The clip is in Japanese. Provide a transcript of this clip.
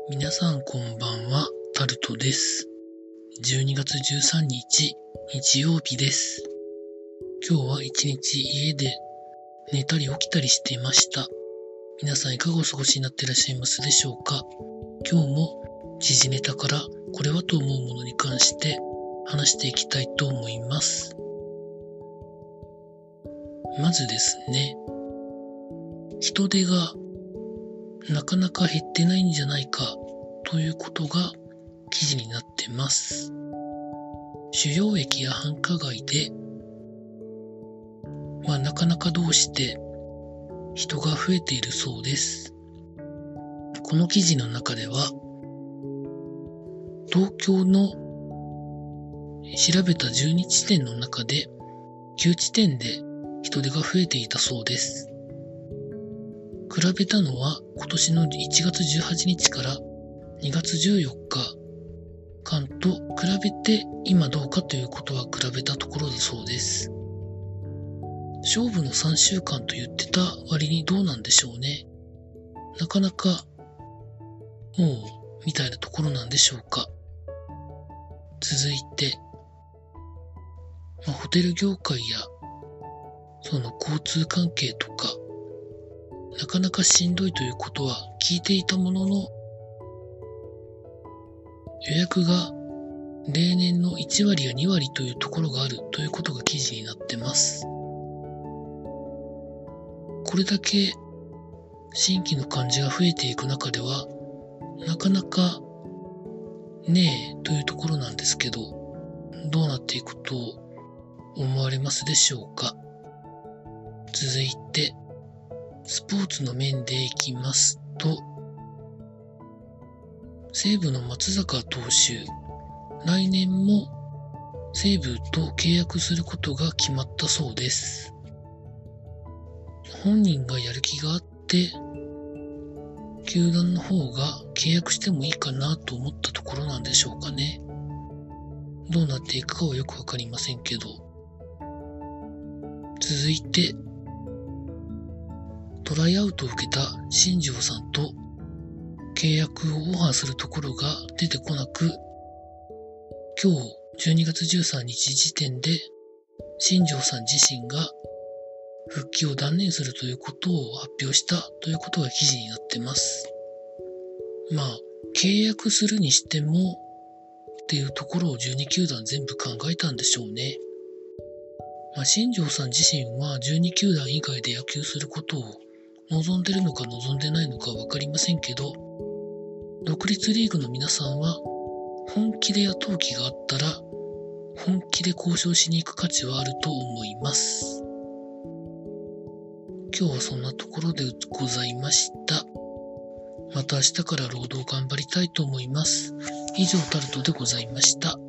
皆さんこんばんは、タルトです。12月13日、日曜日です。今日は一日家で寝たり起きたりしていました。皆さんいかがお過ごしになっていらっしゃいますでしょうか。今日も時事ネタからこれはと思うものに関して話していきたいと思います。まずですね、人手がなかなか減ってないんじゃないかということが記事になってます。主要駅や繁華街で、なかなかどうして人が増えているそうです。この記事の中では、東京の調べた12地点の中で9地点で人手が増えていたそうです。比べたのは今年の1月18日から2月14日間と比べて今どうかということは比べたところだそうです。勝負の3週間と言ってた割にどうなんでしょうね。なかなかもうみたいなところなんでしょうか。続いて、ホテル業界やその交通関係とかなかなかしんどいということは聞いていたものの、予約が例年の1割や2割というところがあるということが記事になってます。これだけ新規の患者が増えていく中では、なかなかねえというところなんですけど、どうなっていくと思われますでしょうか。続いて、スポーツの面でいきますと、西武の松坂投手、来年も西武と契約することが決まったそうです。本人がやる気があって、球団の方が契約してもいいかなと思ったところなんでしょうかね。どうなっていくかはよくわかりませんけど。続いて、トライアウトを受けた新庄さんと契約をオファーするところが出てこなく、今日12月13日時点で新庄さん自身が復帰を断念するということを発表したということが記事になってます。契約するにしてもっていうところを12球団全部考えたんでしょうね。新庄さん自身は12球団以外で野球することを望んでるのか望んでないのかわかりませんけど、独立リーグの皆さんは本気で雇う気があったら本気で交渉しに行く価値はあると思います。今日はそんなところでございました。また明日から労働頑張りたいと思います。以上タルトでございました。